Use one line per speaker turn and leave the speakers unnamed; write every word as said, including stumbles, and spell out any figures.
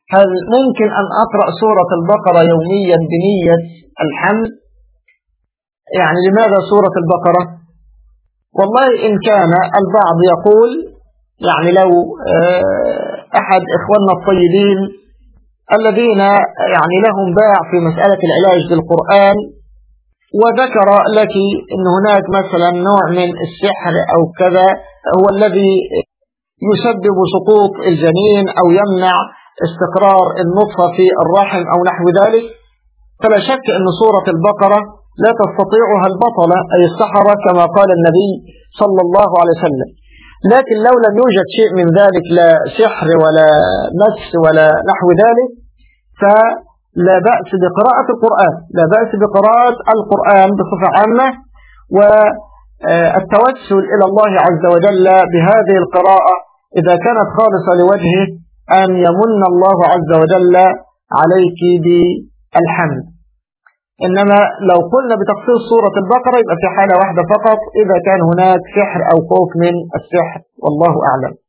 هل ممكن أن أقرأ سورة البقرة يوميا بنية الحمل؟ يعني لماذا سورة البقرة؟ والله إن كان البعض يقول يعني لو أحد إخواننا الطيبين الذين يعني لهم باع في مسألة العلاج بالقرآن وذكر لك أن هناك مثلا نوع من السحر أو كذا هو الذي يسبب سقوط الجنين أو يمنع استقرار النطفة في الرحم أو نحو ذلك، فلا شك أن سورة البقرة لا تستطيعها البطلة أي السحرة كما قال النبي صلى الله عليه وسلم. لكن لو لم يوجد شيء من ذلك لا سحر ولا مس ولا نحو ذلك فلا بأس بقراءة القرآن، لا بأس بقراءة القرآن بصفة عامة، والتوسل إلى الله عز وجل بهذه القراءة إذا كانت خالصة لوجهه أن يمن الله عز وجل عليك بالحمد. إنما لو قلنا بتخصيص سورة البقرة يبقى في حالة واحدة فقط، إذا كان هناك سحر أو خوف من السحر، والله أعلم.